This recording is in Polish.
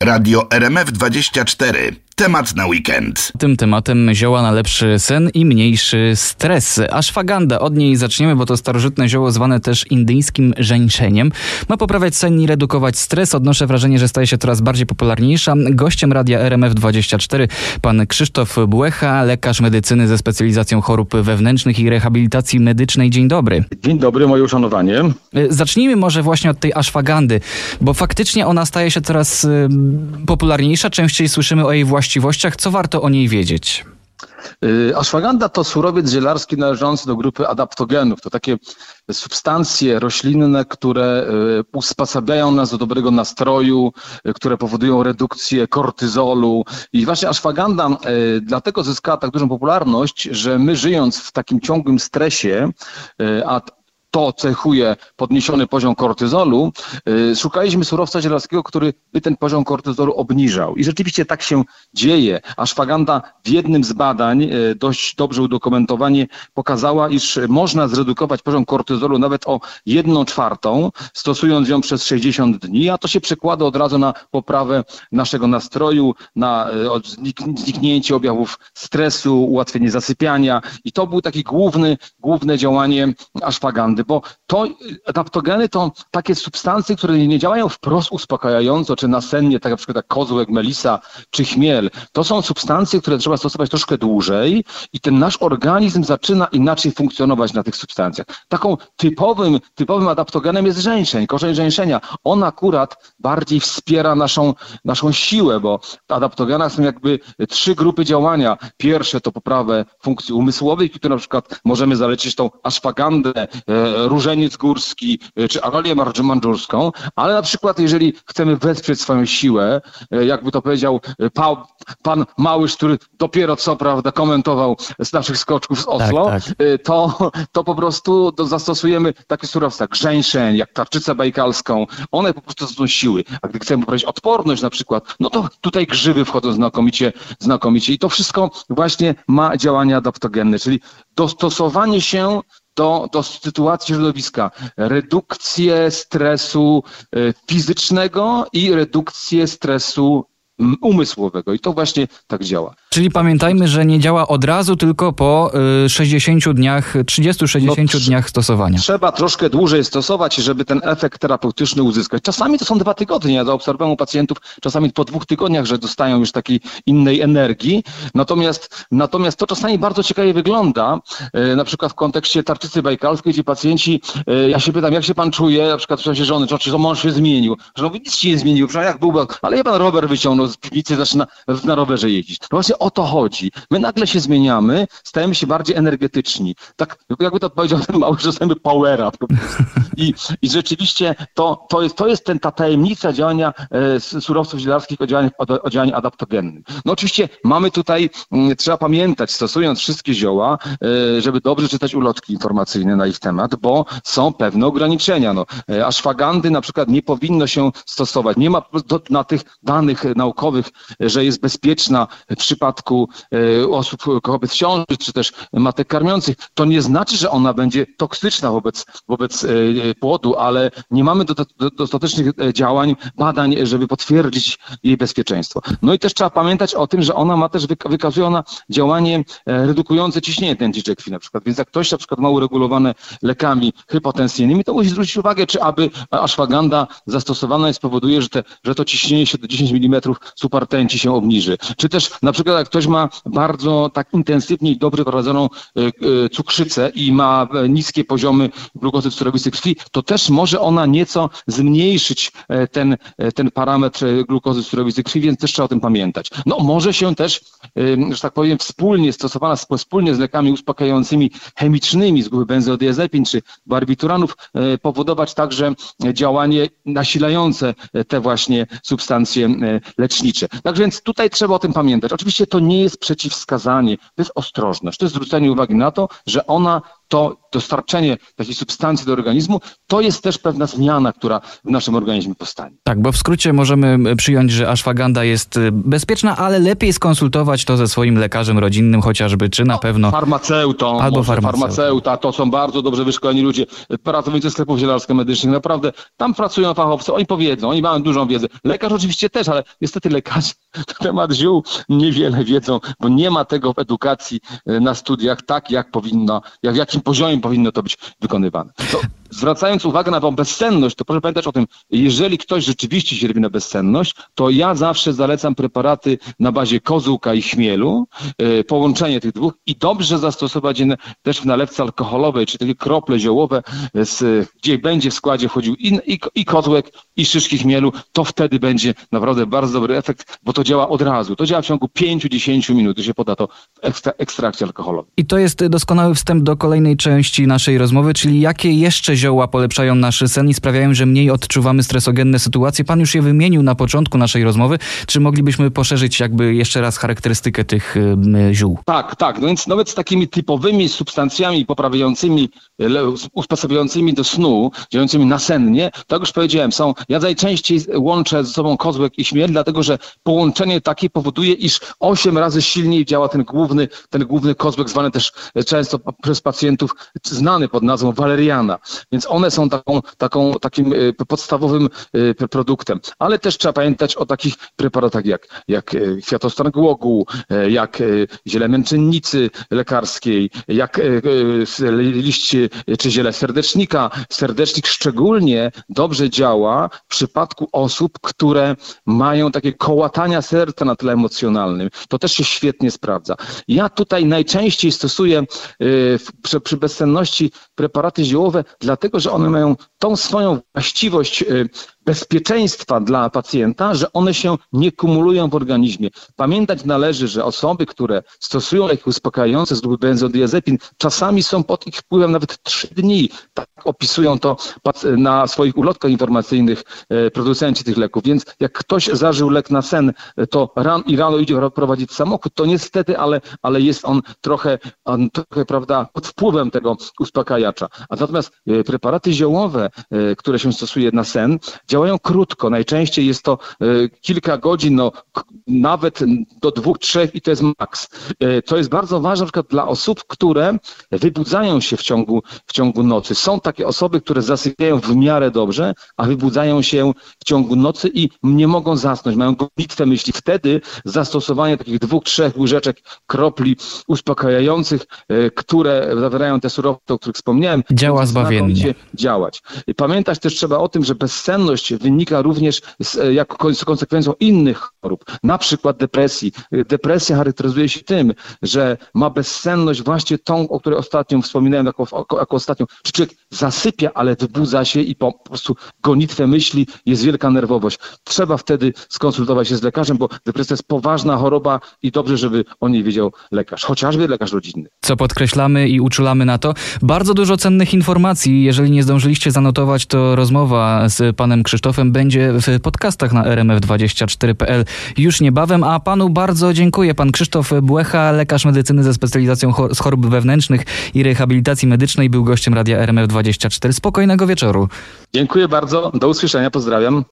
Radio RMF24. Temat na weekend. Tym tematem zioła na lepszy sen i mniejszy stres. Ashwagandha, od niej zaczniemy, bo to starożytne zioło zwane też indyjskim żeńszeniem. Ma poprawiać sen i redukować stres. Odnoszę wrażenie, że staje się coraz bardziej popularniejsza. Gościem Radia RMF24 pan Krzysztof Błecha, lekarz medycyny ze specjalizacją chorób wewnętrznych i rehabilitacji medycznej. Dzień dobry. Dzień dobry, moje uszanowanie. Zacznijmy może właśnie od tej ashwagandy, bo faktycznie ona staje się coraz popularniejsza. Częściej słyszymy o jej właściwościach. Co warto o niej wiedzieć? Ashwagandha to surowiec zielarski należący do grupy adaptogenów. To takie substancje roślinne, które usposabiają nas do dobrego nastroju, które powodują redukcję kortyzolu. I właśnie ashwagandha dlatego zyskała tak dużą popularność, że my, żyjąc w takim ciągłym stresie, a to cechuje podniesiony poziom kortyzolu, szukaliśmy surowca zielarskiego, który by ten poziom kortyzolu obniżał. I rzeczywiście tak się dzieje. Ashwagandha w jednym z badań, dość dobrze udokumentowanie, pokazała, iż można zredukować poziom kortyzolu nawet o 1/4, stosując ją przez 60 dni, a to się przekłada od razu na poprawę naszego nastroju, na zniknięcie objawów stresu, ułatwienie zasypiania. I to był taki główne działanie ashwagandhy. Bo to adaptogeny to takie substancje, które nie działają wprost uspokajająco czy nasennie, tak jak na przykład jak kozłek, melisa czy chmiel. To są substancje, które trzeba stosować troszkę dłużej i ten nasz organizm zaczyna inaczej funkcjonować na tych substancjach. Taką typowym adaptogenem jest żeńszeń, korzeń żeńszenia. On akurat bardziej wspiera naszą siłę, bo w adaptogenach są jakby 3 grupy działania. Pierwsze to poprawę funkcji umysłowych, które na przykład możemy zalecić tą ashwagandę, różeniec górski czy aralię mandżurską, ale na przykład jeżeli chcemy wesprzeć swoją siłę, jakby to powiedział pan Małysz, który dopiero co, prawda, komentował z naszych skoczków z Oslo, tak. To po prostu zastosujemy takie surowce jak żeńszeń, jak tarczycę bajkalską. One po prostu są siły. A gdy chcemy poprawić odporność na przykład, no to tutaj grzyby wchodzą znakomicie. I to wszystko właśnie ma działanie adaptogenne, czyli dostosowanie się do sytuacji środowiska, redukcję stresu fizycznego i redukcję stresu umysłowego. I to właśnie tak działa. Czyli pamiętajmy, że nie działa od razu, tylko po 30-60 dniach stosowania. Trzeba troszkę dłużej stosować, żeby ten efekt terapeutyczny uzyskać. Czasami to są 2 tygodnie. Ja zaobserwowałem u pacjentów czasami po 2 tygodniach, że dostają już takiej innej energii. Natomiast to czasami bardzo ciekawie wygląda. Na przykład w kontekście tarczycy bajkalskiej, gdzie pacjenci, ja się pytam, jak się pan czuje? Na przykład pytam się żony, czy to mąż się zmienił? Że mówi, nic się nie zmienił, jak był, ale ja pan rower wyciągnął z piwnicy, zaczyna na rowerze jeździć. No właśnie o to chodzi. My nagle się zmieniamy, stajemy się bardziej energetyczni. Tak jakby to powiedział ten mały, że dostajemy powera. I rzeczywiście to jest ta tajemnica działania surowców zielarskich o działaniu adaptogennym. No oczywiście mamy tutaj, trzeba pamiętać, stosując wszystkie zioła, żeby dobrze czytać ulotki informacyjne na ich temat, bo są pewne ograniczenia. Ashwagandy na przykład nie powinno się stosować. Nie ma na tych danych naukowych, że jest bezpieczna w przypadku osób, kobiet w ciąży, czy też matek karmiących. To nie znaczy, że ona będzie toksyczna wobec płodu, ale nie mamy dostatecznych działań, badań, żeby potwierdzić jej bezpieczeństwo. No i też trzeba pamiętać o tym, że ona wykazuje działanie redukujące ciśnienie tętnicze krwi na przykład. Więc jak ktoś na przykład ma uregulowane lekami hypotensyjnymi, to musi zwrócić uwagę, czy aby ashwagandha zastosowana spowoduje, że to ciśnienie się do 10 mm supertęci się obniży. Czy też na przykład jak ktoś ma bardzo tak intensywnie i dobrze prowadzoną cukrzycę i ma niskie poziomy glukozy w surowicy krwi, to też może ona nieco zmniejszyć ten parametr glukozy w surowicy krwi, więc też trzeba o tym pamiętać. No może się też, że tak powiem, stosowana wspólnie z lekami uspokajającymi chemicznymi z grupy benzodiazepin czy barbituranów powodować także działanie nasilające te właśnie substancje lecznicze. Tak więc tutaj trzeba o tym pamiętać. Oczywiście to nie jest przeciwwskazanie, to jest ostrożność, to jest zwrócenie uwagi na to, że ona to dostarczenie takiej substancji do organizmu, to jest też pewna zmiana, która w naszym organizmie powstanie. Tak, bo w skrócie możemy przyjąć, że ashwagandha jest bezpieczna, ale lepiej skonsultować to ze swoim lekarzem rodzinnym chociażby, czy na pewno... Farmaceutą, albo farmaceuta, to są bardzo dobrze wyszkoleni ludzie, pracownicy sklepów zielarsko-medycznych, naprawdę tam pracują fachowcy, oni powiedzą, oni mają dużą wiedzę. Lekarz oczywiście też, ale niestety lekarze na temat ziół niewiele wiedzą, bo nie ma tego w edukacji na studiach tak, jak powinno, w jakim poziomie powinno to być wykonywane. To zwracając uwagę na tą bezsenność, to proszę pamiętać o tym, jeżeli ktoś rzeczywiście cierpi na bezsenność, to ja zawsze zalecam preparaty na bazie kozłka i chmielu, połączenie tych dwóch i dobrze zastosować je też w nalewce alkoholowej, czy takie krople ziołowe, gdzie będzie w składzie wchodził i kozłek, i szyszki chmielu, to wtedy będzie naprawdę bardzo dobry efekt, bo to działa od razu. To działa w ciągu 5-10 minut, gdy się poda to w ekstrakcie alkoholowym. I to jest doskonały wstęp do kolejnej części naszej rozmowy, czyli jakie jeszcze zioła polepszają nasz sen i sprawiają, że mniej odczuwamy stresogenne sytuacje. Pan już je wymienił na początku naszej rozmowy. Czy moglibyśmy poszerzyć jakby jeszcze raz charakterystykę tych ziół? Tak. No więc nawet z takimi typowymi substancjami poprawiającymi, usposabiającymi do snu, działającymi nasennie, tak już powiedziałem, ja najczęściej łączę ze sobą kozłek i chmiel, dlatego że połączenie takie powoduje, iż 8 razy silniej działa ten główny kozłek, zwany też często przez pacjentów znany pod nazwą waleriana. Więc one są takim podstawowym produktem. Ale też trzeba pamiętać o takich preparatach jak kwiatostan głogu, jak ziele męczennicy lekarskiej, jak liść czy ziele serdecznika. Serdecznik szczególnie dobrze działa w przypadku osób, które mają takie kołatania serca na tle emocjonalnym. To też się świetnie sprawdza. Ja tutaj najczęściej stosuję przy bezsenności preparaty ziołowe, dlatego że one mają tą swoją właściwość bezpieczeństwa dla pacjenta, że one się nie kumulują w organizmie. Pamiętać należy, że osoby, które stosują leki uspokajające z grupy benzodiazepin, czasami są pod ich wpływem nawet 3 dni. Tak opisują to na swoich ulotkach informacyjnych producenci tych leków. Więc jak ktoś zażył lek na sen, to rano idzie prowadzić samochód, to niestety, ale jest on trochę, prawda, pod wpływem tego uspokajacza. A natomiast preparaty ziołowe, które się stosuje na sen, działają krótko. Najczęściej jest to kilka godzin, nawet do 2-3 i to jest maks. To jest bardzo ważne na przykład dla osób, które wybudzają się w ciągu nocy. Są takie osoby, które zasypiają w miarę dobrze, a wybudzają się w ciągu nocy i nie mogą zasnąć, mają gonitwę myśli. Wtedy zastosowanie takich 2-3 łyżeczek kropli uspokajających, które zawierają te surowce, o których wspomniałem, działa zbawiennie. Działać. Pamiętać też trzeba o tym, że bezsenność wynika również jako konsekwencją innych chorób, na przykład depresji. Depresja charakteryzuje się tym, że ma bezsenność właśnie tą, o której ostatnio wspominałem, jako ostatnią. Człowiek zasypia, ale wybudza się i po prostu gonitwę myśli, jest wielka nerwowość. Trzeba wtedy skonsultować się z lekarzem, bo depresja jest poważna choroba i dobrze, żeby o niej wiedział lekarz, chociażby lekarz rodzinny. Co podkreślamy i uczulamy na to. Bardzo dużo cennych informacji. Jeżeli nie zdążyliście zanotować, to rozmowa z panem Krzysztofem będzie w podcastach na rmf24.pl już niebawem, a panu bardzo dziękuję. Pan Krzysztof Błecha, lekarz medycyny ze specjalizacją z chorób wewnętrznych i rehabilitacji medycznej, był gościem radia RMF24. Spokojnego wieczoru. Dziękuję bardzo, do usłyszenia, pozdrawiam.